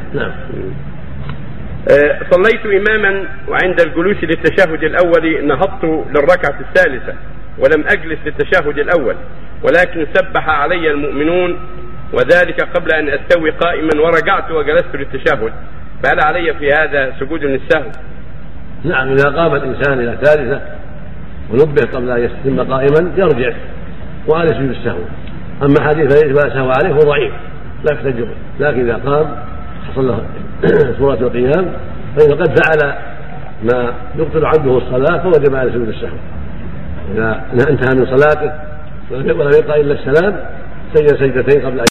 نعم. صليت إماما وعند الجلوس للتشهد الأول نهضت للركعة الثالثة ولم أجلس للتشهد الأول، ولكن سبح علي المؤمنون وذلك قبل أن أستوي قائما ورجعت وجلست للتشهد، فهل علي في هذا سجود للسهو؟ نعم، إذا قام الإنسان إلى الثالثة ونبه قبل أن يستتم قائما يرجع وعليه سجود السهو. أما حديث ليس لا سهو عليه هو ضعيف لا يحتج به، لكن إذا قام حصل له سورة القيام فإنه قد فعل ما يبطل عنده الصلاة فوجب على سجود السهو. إذا انتهى من صلاته ولم يبقى إلا السلام سجد سجدتين قبل